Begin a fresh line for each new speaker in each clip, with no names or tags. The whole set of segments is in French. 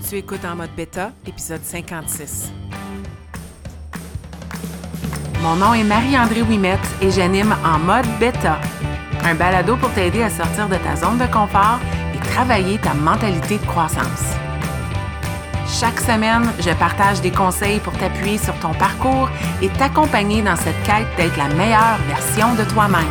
Tu écoutes En mode bêta, épisode 56. Mon nom est Marie-André Ouimette et j'anime En mode bêta, un balado pour t'aider à sortir de ta zone de confort et travailler ta mentalité de croissance. Chaque semaine, je partage des conseils pour t'appuyer sur ton parcours et t'accompagner dans cette quête d'être la meilleure version de toi-même.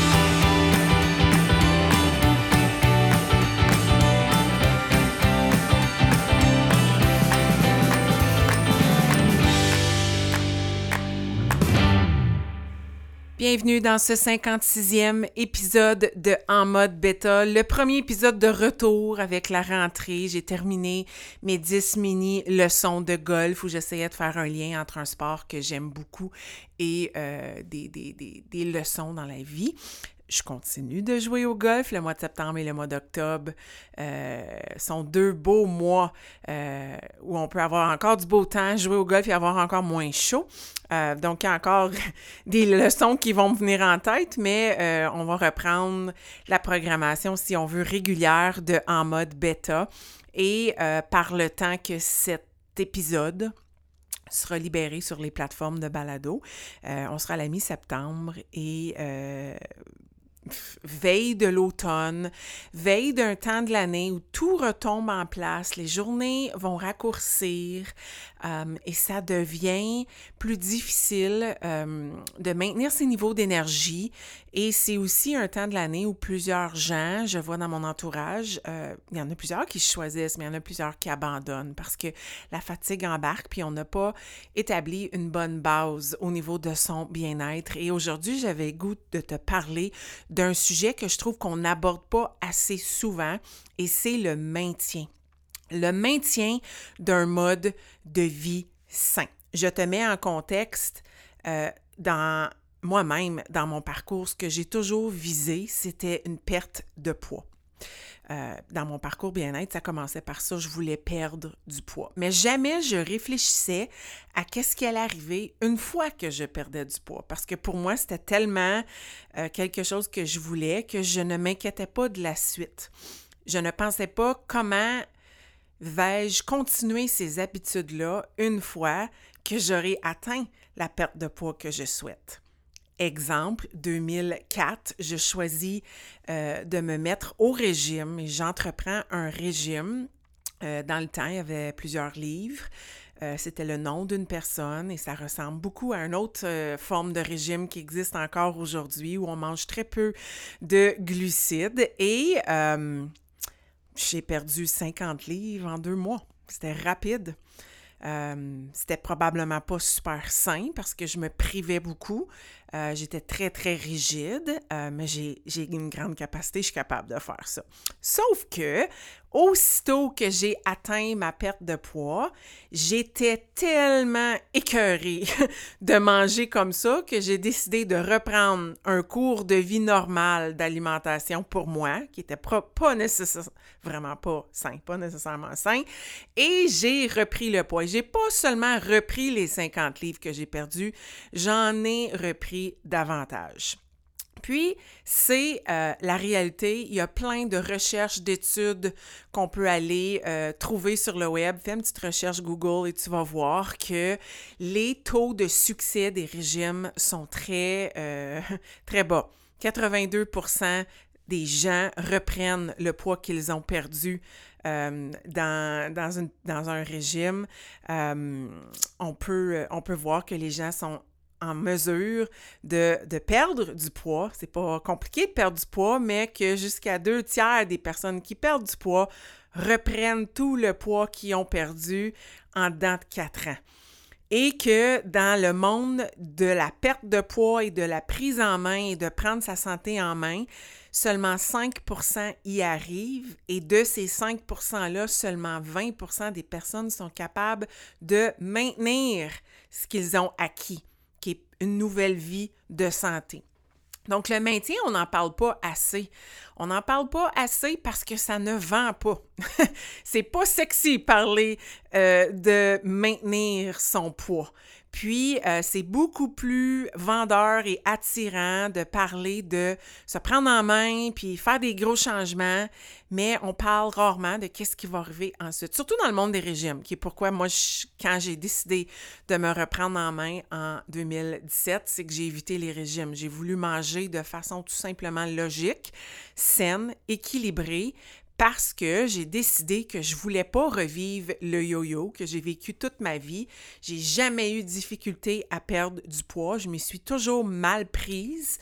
Bienvenue dans ce 56e épisode de En mode bêta, le premier épisode de retour avec la rentrée. J'ai terminé mes 10 mini-leçons de golf où j'essayais de faire un lien entre un sport que j'aime beaucoup et des leçons dans la vie. Je continue de jouer au golf. Le mois de septembre et le mois d'octobre sont deux beaux mois où on peut avoir encore du beau temps, jouer au golf et avoir encore moins chaud. Donc, il y a encore des leçons qui vont me venir en tête, mais on va reprendre la programmation, si on veut, régulière de En mode bêta. Et par le temps que cet épisode sera libéré sur les plateformes de balado, on sera à la mi-septembre et veille de l'automne, veille d'un temps de l'année où tout retombe en place, les journées vont raccourcir et ça devient plus difficile de maintenir ces niveaux d'énergie. Et c'est aussi un temps de l'année où plusieurs gens, je vois dans mon entourage, il y en a plusieurs qui choisissent, mais il y en a plusieurs qui abandonnent parce que la fatigue embarque puis on n'a pas établi une bonne base au niveau de son bien-être. Et aujourd'hui, j'avais le goût de te parler d'un sujet que je trouve qu'on n'aborde pas assez souvent et c'est le maintien. Le maintien d'un mode de vie sain. Je te mets en contexte dans moi-même, dans mon parcours, ce que j'ai toujours visé, c'était une perte de poids. Dans mon parcours bien-être, ça commençait par ça, je voulais perdre du poids. Mais jamais je réfléchissais à qu'est-ce qui allait arriver une fois que je perdais du poids. Parce que pour moi, c'était tellement quelque chose que je voulais que je ne m'inquiétais pas de la suite. Je ne pensais pas comment vais-je continuer ces habitudes-là une fois que j'aurai atteint la perte de poids que je souhaite. Exemple, 2004, je choisis de me mettre au régime et j'entreprends un régime. Dans le temps, il y avait plusieurs livres. C'était le nom d'une personne et ça ressemble beaucoup à une autre forme de régime qui existe encore aujourd'hui où on mange très peu de glucides et j'ai perdu 50 livres en 2 mois. C'était rapide. C'était probablement pas super sain parce que je me privais beaucoup. J'étais très, très rigide, mais j'ai une grande capacité, je suis capable de faire ça. Sauf que, aussitôt que j'ai atteint ma perte de poids, j'étais tellement écœurée de manger comme ça que j'ai décidé de reprendre un cours de vie normal d'alimentation pour moi, qui était pas nécessairement, vraiment pas sain, pas nécessairement sain, et j'ai repris le poids. J'ai pas seulement repris les 50 livres que j'ai perdus, j'en ai repris davantage. Puis, c'est la réalité. Il y a plein de recherches, d'études qu'on peut aller trouver sur le web. Fais une petite recherche Google et tu vas voir que les taux de succès des régimes sont très, très bas. 82% des gens reprennent le poids qu'ils ont perdu dans un régime. On peut voir que les gens sont en mesure de perdre du poids. C'est pas compliqué de perdre du poids, mais que jusqu'à 2/3 des personnes qui perdent du poids reprennent tout le poids qu'ils ont perdu en dedans de 4 ans. Et que dans le monde de la perte de poids et de la prise en main et de prendre sa santé en main, seulement 5% y arrivent et de ces 5%-là, seulement 20% des personnes sont capables de maintenir ce qu'ils ont acquis, qui est une nouvelle vie de santé. Donc, le maintien, on n'en parle pas assez. On n'en parle pas assez parce que ça ne vend pas. C'est pas sexy parler de maintenir son poids. Puis, c'est beaucoup plus vendeur et attirant de parler de se prendre en main puis faire des gros changements, mais on parle rarement de qu'est-ce qui va arriver ensuite, surtout dans le monde des régimes, qui est pourquoi moi, quand j'ai décidé de me reprendre en main en 2017, c'est que j'ai évité les régimes. J'ai voulu manger de façon tout simplement logique, saine, équilibrée, parce que j'ai décidé que je voulais pas revivre le yo-yo que j'ai vécu toute ma vie. J'ai jamais eu de difficulté à perdre du poids. Je m'y suis toujours mal prise,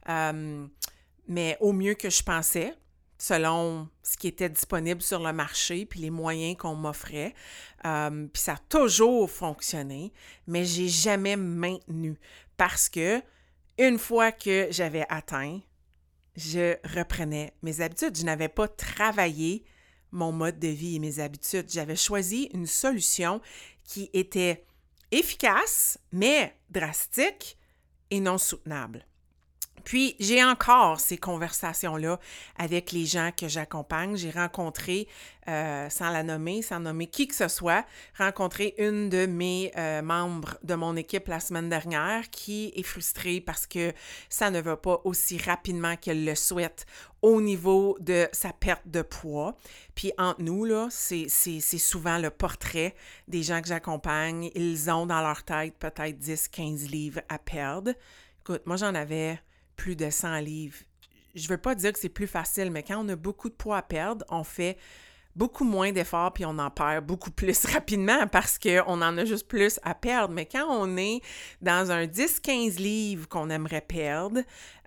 mais au mieux que je pensais, selon ce qui était disponible sur le marché puis les moyens qu'on m'offrait. Puis ça a toujours fonctionné, mais j'ai jamais maintenu parce que une fois que j'avais atteint, je reprenais mes habitudes. Je n'avais pas travaillé mon mode de vie et mes habitudes. J'avais choisi une solution qui était efficace, mais drastique et non soutenable. Puis, j'ai encore ces conversations-là avec les gens que j'accompagne. J'ai rencontré, sans la nommer, sans nommer qui que ce soit, rencontré une de mes membres de mon équipe la semaine dernière qui est frustrée parce que ça ne va pas aussi rapidement qu'elle le souhaite au niveau de sa perte de poids. Puis entre nous, là, c'est souvent le portrait des gens que j'accompagne. Ils ont dans leur tête peut-être 10-15 livres à perdre. Écoute, moi, j'en avais plus de 100 livres. Je ne veux pas dire que c'est plus facile, mais quand on a beaucoup de poids à perdre, on fait beaucoup moins d'efforts puis on en perd beaucoup plus rapidement parce qu'on en a juste plus à perdre. Mais quand on est dans un 10-15 livres qu'on aimerait perdre,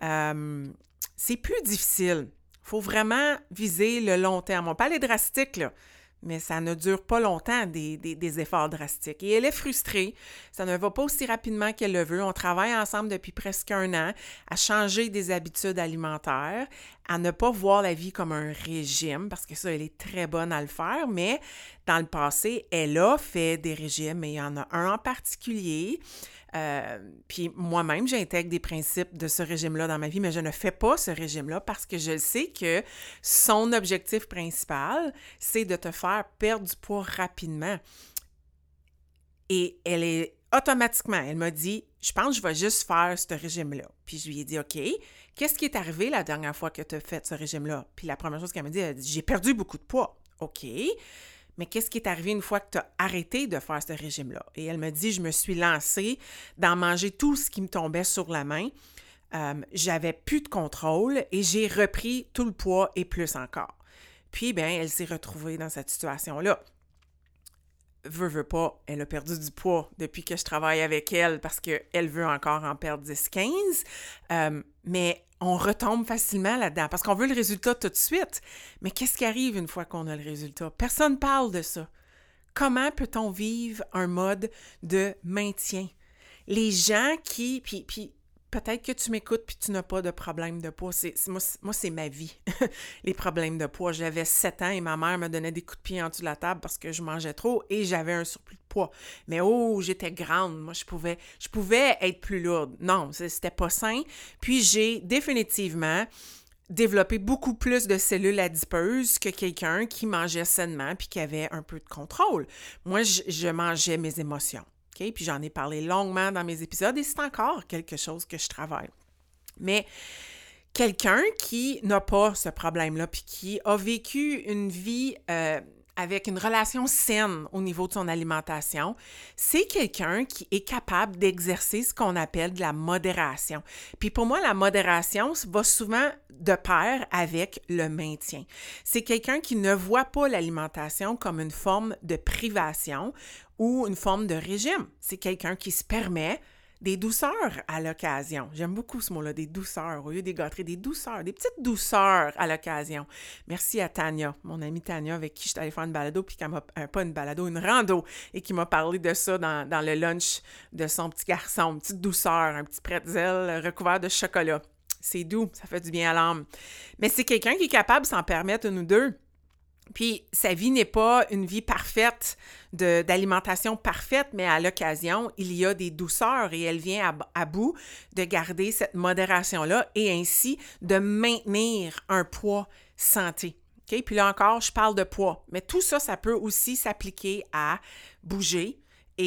c'est plus difficile. Il faut vraiment viser le long terme. On peut aller drastique, là, mais ça ne dure pas longtemps, des efforts drastiques. Et elle est frustrée. Ça ne va pas aussi rapidement qu'elle le veut. On travaille ensemble depuis presque 1 an à changer des habitudes alimentaires, à ne pas voir la vie comme un régime, parce que ça, elle est très bonne à le faire, mais dans le passé, elle a fait des régimes, et il y en a un en particulier. Puis moi-même, j'intègre des principes de ce régime-là dans ma vie, mais je ne fais pas ce régime-là parce que je sais que son objectif principal, c'est de te faire perdre du poids rapidement. Et elle est automatiquement, elle m'a dit, je pense que je vais juste faire ce régime-là. Puis je lui ai dit, OK, qu'est-ce qui est arrivé la dernière fois que tu as fait ce régime-là? Puis la première chose qu'elle m'a dit, elle a dit, j'ai perdu beaucoup de poids. OK. Mais qu'est-ce qui est arrivé une fois que tu as arrêté de faire ce régime-là? Et elle me dit, je me suis lancée dans manger tout ce qui me tombait sur la main. J'avais plus de contrôle et j'ai repris tout le poids et plus encore. Puis, bien, elle s'est retrouvée dans cette situation-là. Veut pas, elle a perdu du poids depuis que je travaille avec elle parce qu'elle veut encore en perdre 10-15. Mais on retombe facilement là-dedans parce qu'on veut le résultat tout de suite. Mais qu'est-ce qui arrive une fois qu'on a le résultat? Personne ne parle de ça. Comment peut-on vivre un mode de maintien? Les gens qui... Puis peut-être que tu m'écoutes puis tu n'as pas de problème de poids. Moi, c'est ma vie, les problèmes de poids. J'avais 7 ans et ma mère me donnait des coups de pied en dessous de la table parce que je mangeais trop et j'avais un surplus de poids. Mais j'étais grande. Moi, je pouvais être plus lourde. Non, c'était pas sain. Puis j'ai définitivement développé beaucoup plus de cellules adipeuses que quelqu'un qui mangeait sainement puis qui avait un peu de contrôle. Moi, je mangeais mes émotions. Okay? Puis j'en ai parlé longuement dans mes épisodes et c'est encore quelque chose que je travaille. Mais quelqu'un qui n'a pas ce problème-là puis qui a vécu une vie avec une relation saine au niveau de son alimentation, c'est quelqu'un qui est capable d'exercer ce qu'on appelle de la modération. Puis pour moi, la modération va souvent de pair avec le maintien. C'est quelqu'un qui ne voit pas l'alimentation comme une forme de privation ou une forme de régime. C'est quelqu'un qui se permet des douceurs à l'occasion. J'aime beaucoup ce mot-là, des douceurs, au lieu des gâteries, des douceurs, des petites douceurs à l'occasion. Merci à Tania, mon amie Tania, avec qui je suis allée faire une balado, puis qu'elle m'a, pas une balado, une rando, et qui m'a parlé de ça dans le lunch de son petit garçon, une petite douceur, un petit pretzel recouvert de chocolat. C'est doux, ça fait du bien à l'âme. Mais c'est quelqu'un qui est capable de s'en permettre une ou deux. Puis, sa vie n'est pas une vie parfaite, d'alimentation parfaite, mais à l'occasion, il y a des douceurs et elle vient à bout de garder cette modération-là et ainsi de maintenir un poids santé. Okay? Puis là encore, je parle de poids, mais tout ça, ça peut aussi s'appliquer à bouger et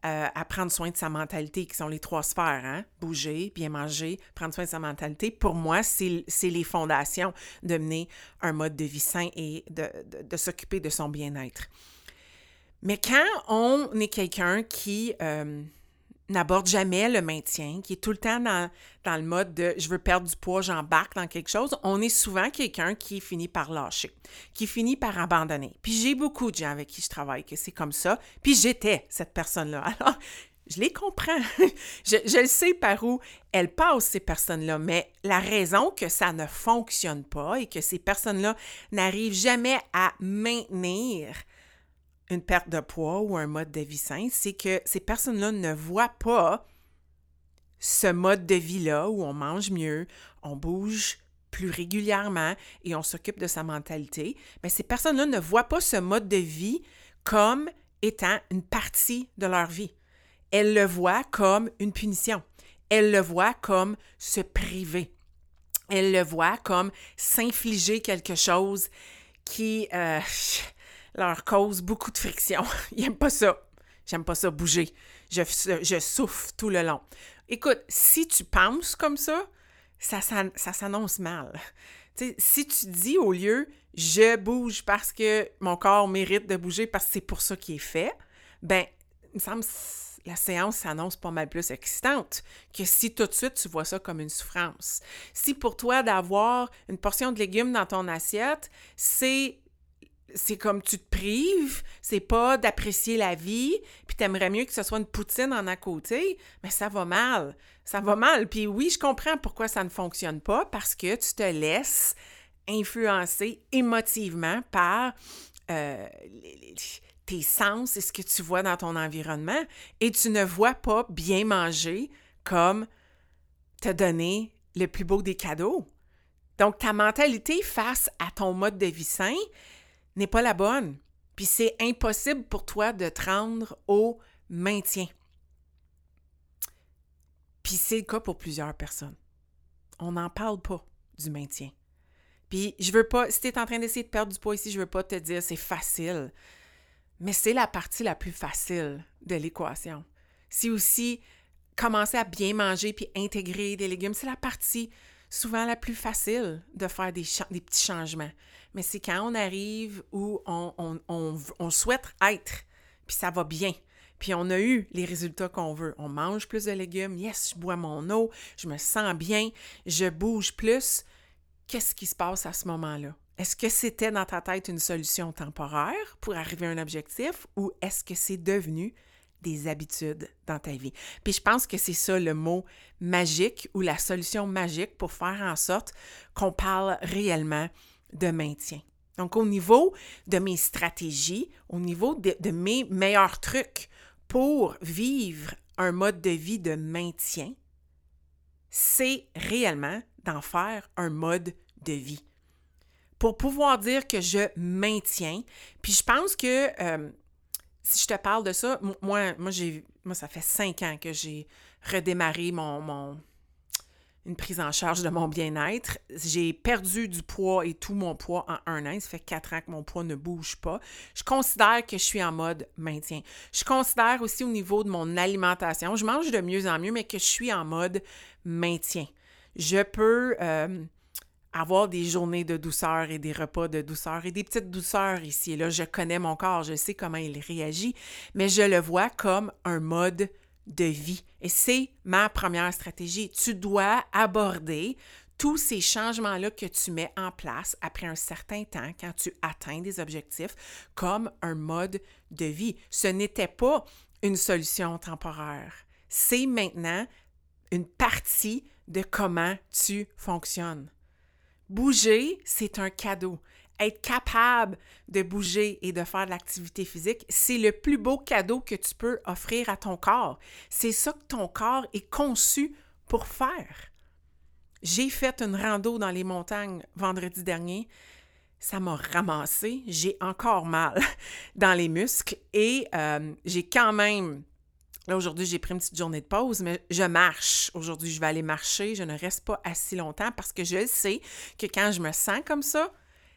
à prendre soin de sa mentalité, qui sont les 3 sphères, hein? Bouger, bien manger, prendre soin de sa mentalité. Pour moi, c'est les fondations de mener un mode de vie sain et de s'occuper de son bien-être. Mais quand on est quelqu'un qui n'aborde jamais le maintien, qui est tout le temps dans le mode de « je veux perdre du poids, j'embarque dans quelque chose », on est souvent quelqu'un qui finit par lâcher, qui finit par abandonner. Puis j'ai beaucoup de gens avec qui je travaille que c'est comme ça, puis j'étais cette personne-là. Alors, je les comprends. je le sais par où elles passent, ces personnes-là, mais la raison que ça ne fonctionne pas et que ces personnes-là n'arrivent jamais à maintenir une perte de poids ou un mode de vie sain, c'est que ces personnes-là ne voient pas ce mode de vie-là où on mange mieux, on bouge plus régulièrement et on s'occupe de sa mentalité. Mais ces personnes-là ne voient pas ce mode de vie comme étant une partie de leur vie. Elles le voient comme une punition. Elles le voient comme se priver. Elles le voient comme s'infliger quelque chose qui leur cause beaucoup de friction. Ils n'aiment pas ça. J'aime pas ça bouger. Je souffre tout le long. Écoute, si tu penses comme ça s'annonce mal. T'sais, si tu dis au lieu « je bouge parce que mon corps mérite de bouger parce que c'est pour ça qu'il est fait », ben, il me semble que la séance s'annonce pas mal plus excitante que si tout de suite tu vois ça comme une souffrance. Si pour toi d'avoir une portion de légumes dans ton assiette, c'est comme tu te prives, c'est pas d'apprécier la vie, puis t'aimerais mieux que ce soit une poutine en à côté, mais ça va mal. Ça va mal. Puis oui, je comprends pourquoi ça ne fonctionne pas, parce que tu te laisses influencer émotivement par tes sens et ce que tu vois dans ton environnement, et tu ne vois pas bien manger comme te donner le plus beau des cadeaux. Donc, ta mentalité face à ton mode de vie sain n'est pas la bonne. Puis c'est impossible pour toi de te rendre au maintien. Puis c'est le cas pour plusieurs personnes. On n'en parle pas du maintien. Puis je veux pas, si tu es en train d'essayer de perdre du poids ici, je veux pas te dire c'est facile. Mais c'est la partie la plus facile de l'équation. C'est aussi commencer à bien manger puis intégrer des légumes. C'est la partie souvent la plus facile de faire des petits changements. Mais c'est quand on arrive où on souhaite être, puis ça va bien, puis on a eu les résultats qu'on veut. On mange plus de légumes, yes, je bois mon eau, je me sens bien, je bouge plus. Qu'est-ce qui se passe à ce moment-là? Est-ce que c'était dans ta tête une solution temporaire pour arriver à un objectif ou est-ce que c'est devenu des habitudes dans ta vie? Puis je pense que c'est ça le mot magique ou la solution magique pour faire en sorte qu'on parle réellement de maintien. Donc, au niveau de mes stratégies, au niveau de mes meilleurs trucs pour vivre un mode de vie de maintien, c'est réellement d'en faire un mode de vie. Pour pouvoir dire que je maintiens, puis je pense que si je te parle de ça, moi ça fait 5 ans que j'ai redémarré une prise en charge de mon bien-être. J'ai perdu du poids et tout mon poids en 1 an. Ça fait 4 ans que mon poids ne bouge pas. Je considère que je suis en mode maintien. Je considère aussi au niveau de mon alimentation, je mange de mieux en mieux, mais que je suis en mode maintien. Je peux avoir des journées de douceur et des repas de douceur et des petites douceurs ici et là. Je connais mon corps, je sais comment il réagit, mais je le vois comme un mode de vie. Et c'est ma première stratégie. Tu dois aborder tous ces changements-là que tu mets en place après un certain temps, quand tu atteins des objectifs, comme un mode de vie. Ce n'était pas une solution temporaire. C'est maintenant une partie de comment tu fonctionnes. Bouger, c'est un cadeau. Être capable de bouger et de faire de l'activité physique, c'est le plus beau cadeau que tu peux offrir à ton corps. C'est ça que ton corps est conçu pour faire. J'ai fait une rando dans les montagnes vendredi dernier. Ça m'a ramassé. J'ai encore mal dans les muscles et j'ai quand même... Là, aujourd'hui, j'ai pris une petite journée de pause, mais je marche. Aujourd'hui, je vais aller marcher. Je ne reste pas assis longtemps parce que je sais que quand je me sens comme ça,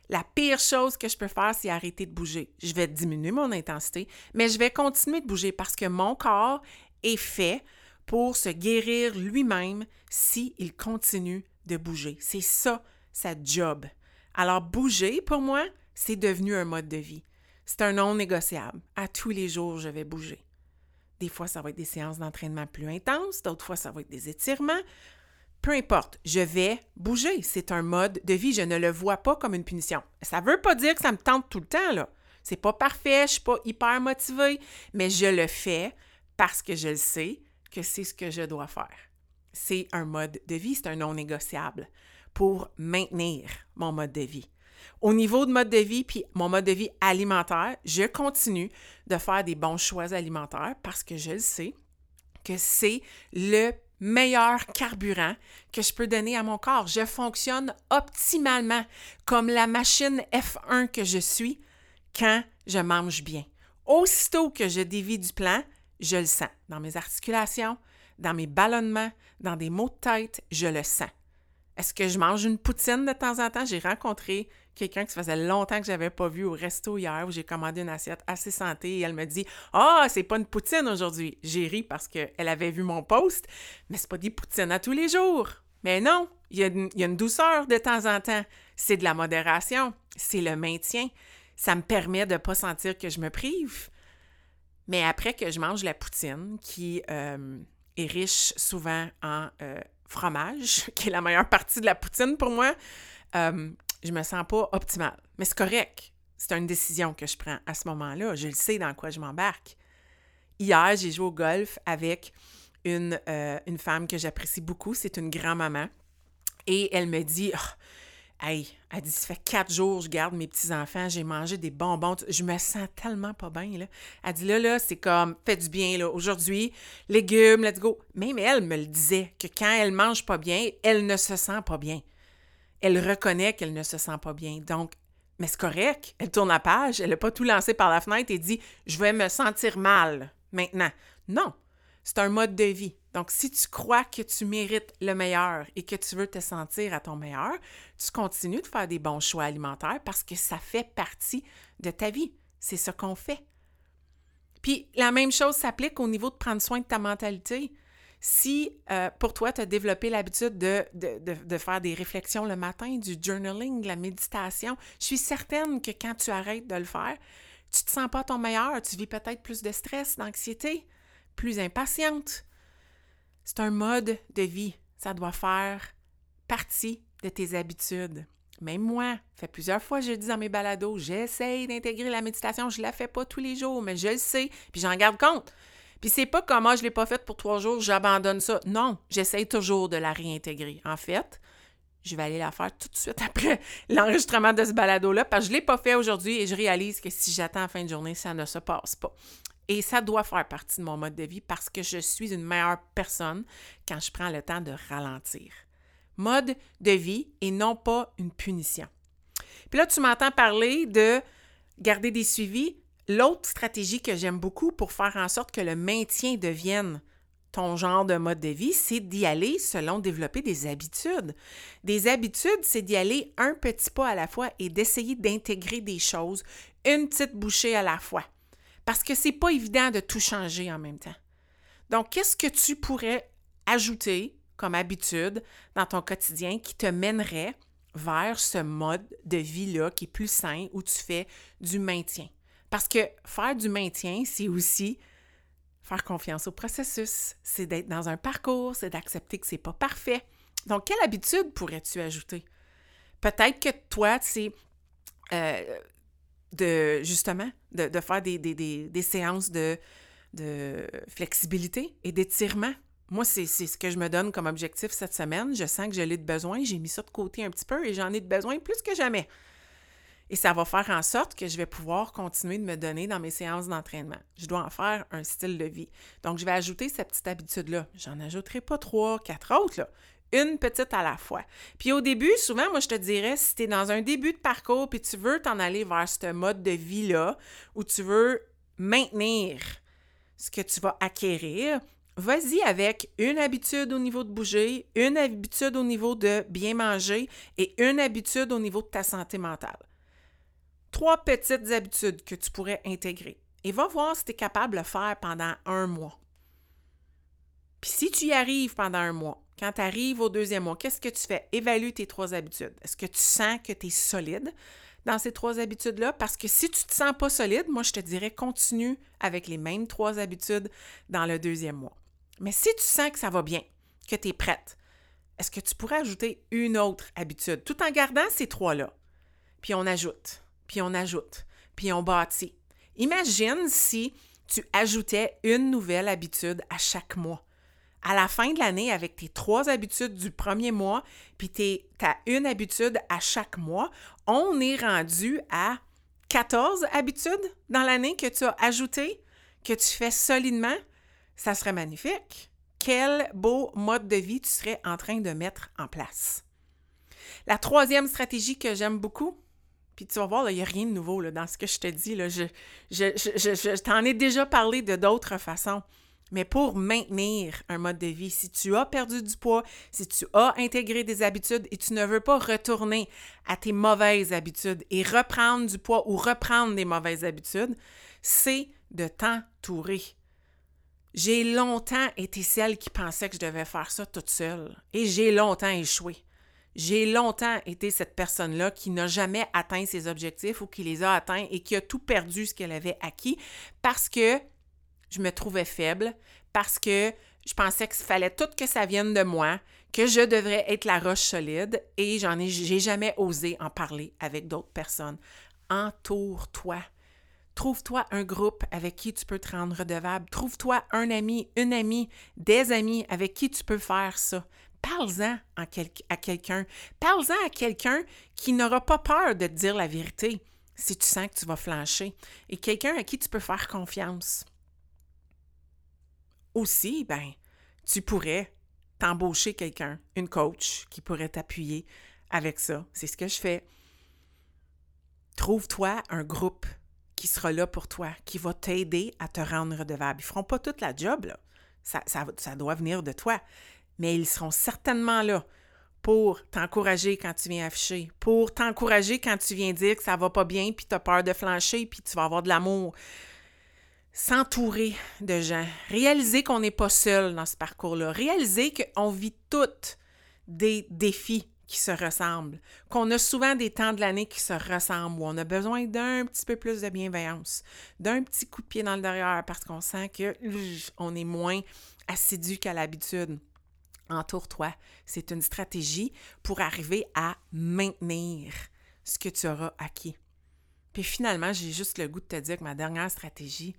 La pire chose que je peux faire, c'est arrêter de bouger. Je vais diminuer mon intensité, mais je vais continuer de bouger parce que mon corps est fait pour se guérir lui-même s'il continue de bouger. C'est ça, sa job. Alors, bouger, pour moi, c'est devenu un mode de vie. C'est un non négociable. À tous les jours, je vais bouger. Des fois, ça va être des séances d'entraînement plus intenses, d'autres fois, ça va être des étirements. Peu importe, je vais bouger. C'est un mode de vie. Je ne le vois pas comme une punition. Ça ne veut pas dire que ça me tente tout le temps, là. C'est pas parfait, je ne suis pas hyper motivée, mais je le fais parce que je le sais que c'est ce que je dois faire. C'est un mode de vie, c'est un non négociable pour maintenir mon mode de vie. Au niveau de mode de vie, puis mon mode de vie alimentaire, je continue de faire des bons choix alimentaires parce que je le sais que c'est le meilleur carburant que je peux donner à mon corps. Je fonctionne optimalement comme la machine F1 que je suis quand je mange bien. Aussitôt que je dévie du plan, je le sens. Dans mes articulations, dans mes ballonnements, dans des maux de tête, je le sens. Est-ce que je mange une poutine de temps en temps? J'ai rencontré quelqu'un que ça faisait longtemps que je n'avais pas vu au resto hier où j'ai commandé une assiette assez santé et elle me dit « Ah, c'est pas une poutine aujourd'hui! » J'ai ri parce qu'elle avait vu mon post, mais c'est pas des poutines à tous les jours. Mais non, il y a une douceur de temps en temps. C'est de la modération, c'est le maintien. Ça me permet de ne pas sentir que je me prive. Mais après que je mange la poutine, qui est riche souvent en fromage, qui est la meilleure partie de la poutine pour moi, je me sens pas optimale. Mais c'est correct. C'est une décision que je prends à ce moment-là. Je le sais dans quoi je m'embarque. Hier, j'ai joué au golf avec une femme que j'apprécie beaucoup. C'est une grand-maman. Et elle me dit « Hey, elle dit, ça fait 4 jours, je garde mes petits-enfants, j'ai mangé des bonbons. Je me sens tellement pas bien, là. » Elle dit, là, c'est comme, fais du bien, là. Aujourd'hui, légumes, let's go. Même elle me le disait, que quand elle mange pas bien, elle ne se sent pas bien. Elle reconnaît qu'elle ne se sent pas bien. Donc, mais c'est correct. Elle tourne la page, elle n'a pas tout lancé par la fenêtre et dit, je vais me sentir mal maintenant. Non, c'est un mode de vie. Donc, si tu crois que tu mérites le meilleur et que tu veux te sentir à ton meilleur, tu continues de faire des bons choix alimentaires parce que ça fait partie de ta vie. C'est ce qu'on fait. Puis, la même chose s'applique au niveau de prendre soin de ta mentalité. Si, pour toi, tu as développé l'habitude de faire des réflexions le matin, du journaling, de la méditation, je suis certaine que quand tu arrêtes de le faire, tu ne te sens pas à ton meilleur, tu vis peut-être plus de stress, d'anxiété, plus impatiente. C'est un mode de vie. Ça doit faire partie de tes habitudes. Même moi, ça fait plusieurs fois que je le dis dans mes balados, j'essaye d'intégrer la méditation, je ne la fais pas tous les jours, mais je le sais, puis j'en garde compte. Puis c'est pas comme, je ne l'ai pas faite pour 3 jours, j'abandonne ça. Non, j'essaye toujours de la réintégrer. En fait, je vais aller la faire tout de suite après l'enregistrement de ce balado-là, parce que je ne l'ai pas fait aujourd'hui et je réalise que si j'attends la fin de journée, ça ne se passe pas. Et ça doit faire partie de mon mode de vie parce que je suis une meilleure personne quand je prends le temps de ralentir. Mode de vie et non pas une punition. Puis là, tu m'entends parler de garder des suivis. L'autre stratégie que j'aime beaucoup pour faire en sorte que le maintien devienne ton genre de mode de vie, c'est d'y aller selon développer des habitudes. Des habitudes, c'est d'y aller un petit pas à la fois et d'essayer d'intégrer des choses, une petite bouchée à la fois. Parce que c'est pas évident de tout changer en même temps. Donc, qu'est-ce que tu pourrais ajouter comme habitude dans ton quotidien qui te mènerait vers ce mode de vie-là qui est plus sain, où tu fais du maintien? Parce que faire du maintien, c'est aussi faire confiance au processus. C'est d'être dans un parcours, c'est d'accepter que c'est pas parfait. Donc, quelle habitude pourrais-tu ajouter? Peut-être que toi, c'est de faire des séances de flexibilité et d'étirement. Moi, c'est ce que je me donne comme objectif cette semaine. Je sens que je l'ai de besoin. J'ai mis ça de côté un petit peu et j'en ai de besoin plus que jamais. Et ça va faire en sorte que je vais pouvoir continuer de me donner dans mes séances d'entraînement. Je dois en faire un style de vie. Donc, je vais ajouter cette petite habitude-là. J'en ajouterai pas 3, 4 autres, là. Une petite à la fois. Puis au début, souvent, moi, je te dirais, si tu es dans un début de parcours puis tu veux t'en aller vers ce mode de vie-là, où tu veux maintenir ce que tu vas acquérir, vas-y avec une habitude au niveau de bouger, une habitude au niveau de bien manger et une habitude au niveau de ta santé mentale. 3 petites habitudes que tu pourrais intégrer. Et va voir si tu es capable de le faire pendant 1 mois. Puis si tu y arrives pendant 1 mois, quand tu arrives au 2e mois, qu'est-ce que tu fais? Évalue tes 3 habitudes. Est-ce que tu sens que tu es solide dans ces 3 habitudes-là? Parce que si tu ne te sens pas solide, moi, je te dirais continue avec les mêmes 3 habitudes dans le 2e mois. Mais si tu sens que ça va bien, que tu es prête, est-ce que tu pourrais ajouter une autre habitude tout en gardant ces 3-là? Puis on ajoute, puis on ajoute, puis on bâtit. Imagine si tu ajoutais une nouvelle habitude à chaque mois. À la fin de l'année, avec tes 3 habitudes du premier mois, puis ta une habitude à chaque mois, on est rendu à 14 habitudes dans l'année que tu as ajoutées, que tu fais solidement. Ça serait magnifique. Quel beau mode de vie tu serais en train de mettre en place. La 3e stratégie que j'aime beaucoup, puis tu vas voir, il n'y a rien de nouveau là, dans ce que je te dis. Là. Je t'en ai déjà parlé de d'autres façons. Mais pour maintenir un mode de vie, si tu as perdu du poids, si tu as intégré des habitudes et tu ne veux pas retourner à tes mauvaises habitudes et reprendre du poids ou reprendre des mauvaises habitudes, c'est de t'entourer. J'ai longtemps été celle qui pensait que je devais faire ça toute seule et j'ai longtemps échoué. J'ai longtemps été cette personne-là qui n'a jamais atteint ses objectifs ou qui les a atteints et qui a tout perdu ce qu'elle avait acquis parce que je me trouvais faible, parce que je pensais qu'il fallait tout que ça vienne de moi, que je devrais être la roche solide et j'ai jamais osé en parler avec d'autres personnes. Entoure-toi. Trouve-toi un groupe avec qui tu peux te rendre redevable. Trouve-toi un ami, une amie, des amis avec qui tu peux faire ça. Parle-en à quelqu'un. Parle-en à quelqu'un qui n'aura pas peur de te dire la vérité si tu sens que tu vas flancher. Et quelqu'un à qui tu peux faire confiance. Aussi, tu pourrais t'embaucher quelqu'un, une coach qui pourrait t'appuyer avec ça. C'est ce que je fais. Trouve-toi un groupe qui sera là pour toi, qui va t'aider à te rendre redevable. Ils ne feront pas toute la job, là. Ça doit venir de toi. Mais ils seront certainement là pour t'encourager quand tu viens afficher, pour t'encourager quand tu viens dire que ça va pas bien, puis tu as peur de flancher, puis tu vas avoir de l'amour. S'entourer de gens, réaliser qu'on n'est pas seul dans ce parcours-là, réaliser qu'on vit toutes des défis qui se ressemblent, qu'on a souvent des temps de l'année qui se ressemblent, où on a besoin d'un petit peu plus de bienveillance, d'un petit coup de pied dans le derrière parce qu'on sent qu'on est moins assidu qu'à l'habitude. Entoure-toi, c'est une stratégie pour arriver à maintenir ce que tu auras acquis. Puis finalement, j'ai juste le goût de te dire que ma dernière stratégie,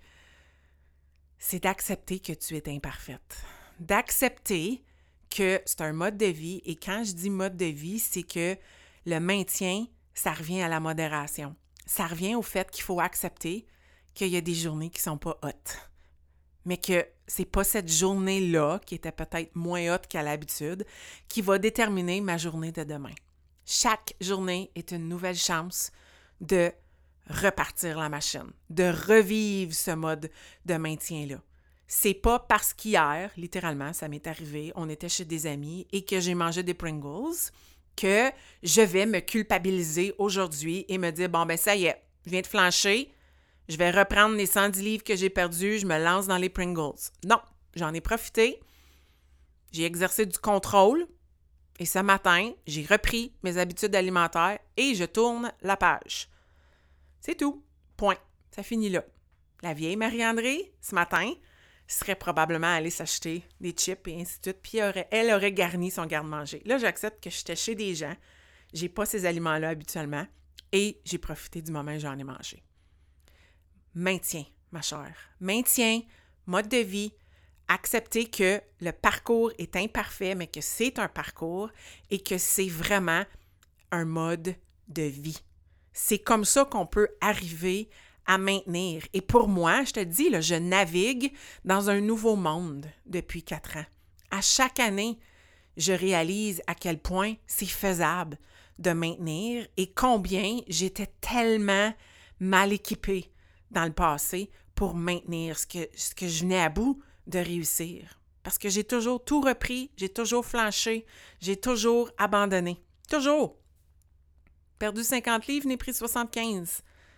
c'est d'accepter que tu es imparfaite. D'accepter que c'est un mode de vie. Et quand je dis mode de vie, c'est que le maintien, ça revient à la modération. Ça revient au fait qu'il faut accepter qu'il y a des journées qui ne sont pas hautes. Mais que c'est pas cette journée-là, qui était peut-être moins haute qu'à l'habitude, qui va déterminer ma journée de demain. Chaque journée est une nouvelle chance de repartir la machine, de revivre ce mode de maintien-là. C'est pas parce qu'hier, littéralement, ça m'est arrivé, on était chez des amis et que j'ai mangé des Pringles que je vais me culpabiliser aujourd'hui et me dire, ça y est, je viens de flancher, je vais reprendre les 110 livres que j'ai perdus, je me lance dans les Pringles. Non, j'en ai profité, j'ai exercé du contrôle et ce matin, j'ai repris mes habitudes alimentaires et je tourne la page. C'est tout. Point. Ça finit là. La vieille Marie-André, ce matin, serait probablement allée s'acheter des chips et ainsi de suite, puis elle aurait garni son garde-manger. Là, j'accepte que j'étais chez des gens, j'ai pas ces aliments-là habituellement, et j'ai profité du moment où j'en ai mangé. Maintien, ma chère. Maintien, mode de vie, accepter que le parcours est imparfait, mais que c'est un parcours et que c'est vraiment un mode de vie. C'est comme ça qu'on peut arriver à maintenir. Et pour moi, je te dis, là, je navigue dans un nouveau monde depuis 4 ans. À chaque année, je réalise à quel point c'est faisable de maintenir et combien j'étais tellement mal équipée dans le passé pour maintenir ce que je venais à bout de réussir. Parce que j'ai toujours tout repris, j'ai toujours flanché, j'ai toujours abandonné. Toujours! Perdu 50 livres, n'ai pris 75.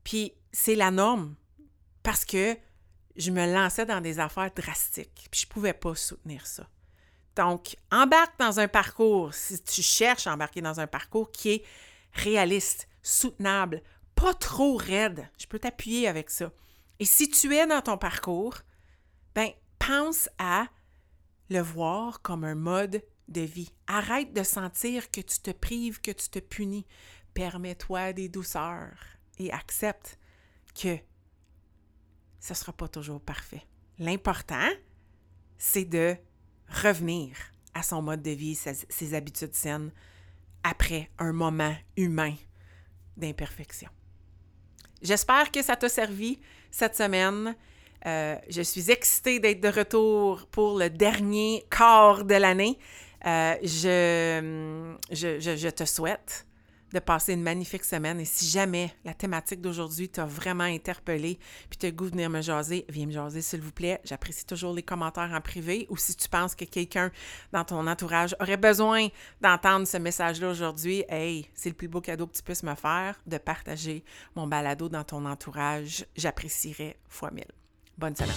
Puis c'est la norme parce que je me lançais dans des affaires drastiques, puis je pouvais pas soutenir ça. Donc, embarque dans un parcours, si tu cherches à embarquer dans un parcours qui est réaliste, soutenable, pas trop raide, je peux t'appuyer avec ça. Et si tu es dans ton parcours, ben pense à le voir comme un mode de vie. Arrête de sentir que tu te prives, que tu te punis. Permets-toi des douceurs et accepte que ce ne sera pas toujours parfait. L'important, c'est de revenir à son mode de vie, ses habitudes saines, après un moment humain d'imperfection. J'espère que ça t'a servi cette semaine. Je suis excitée d'être de retour pour le dernier quart de l'année. Je te souhaite de passer une magnifique semaine. Et si jamais la thématique d'aujourd'hui t'a vraiment interpellé puis t'as le goût de venir me jaser, viens me jaser, s'il vous plaît. J'apprécie toujours les commentaires en privé. Ou si tu penses que quelqu'un dans ton entourage aurait besoin d'entendre ce message-là aujourd'hui, hey, c'est le plus beau cadeau que tu puisses me faire, de partager mon balado dans ton entourage. J'apprécierais fois 1000. Bonne semaine.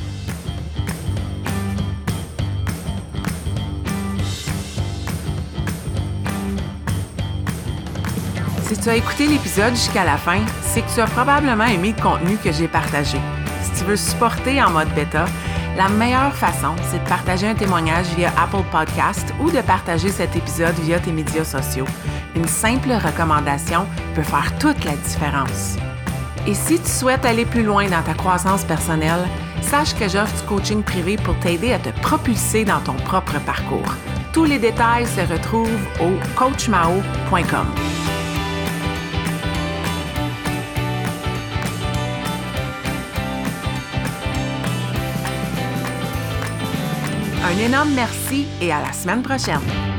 Si tu as écouté l'épisode jusqu'à la fin, c'est que tu as probablement aimé le contenu que j'ai partagé. Si tu veux supporter en mode bêta, la meilleure façon, c'est de partager un témoignage via Apple Podcast ou de partager cet épisode via tes médias sociaux. Une simple recommandation peut faire toute la différence. Et si tu souhaites aller plus loin dans ta croissance personnelle, sache que j'offre du coaching privé pour t'aider à te propulser dans ton propre parcours. Tous les détails se retrouvent au coachmao.com. Un énorme merci et à la semaine prochaine!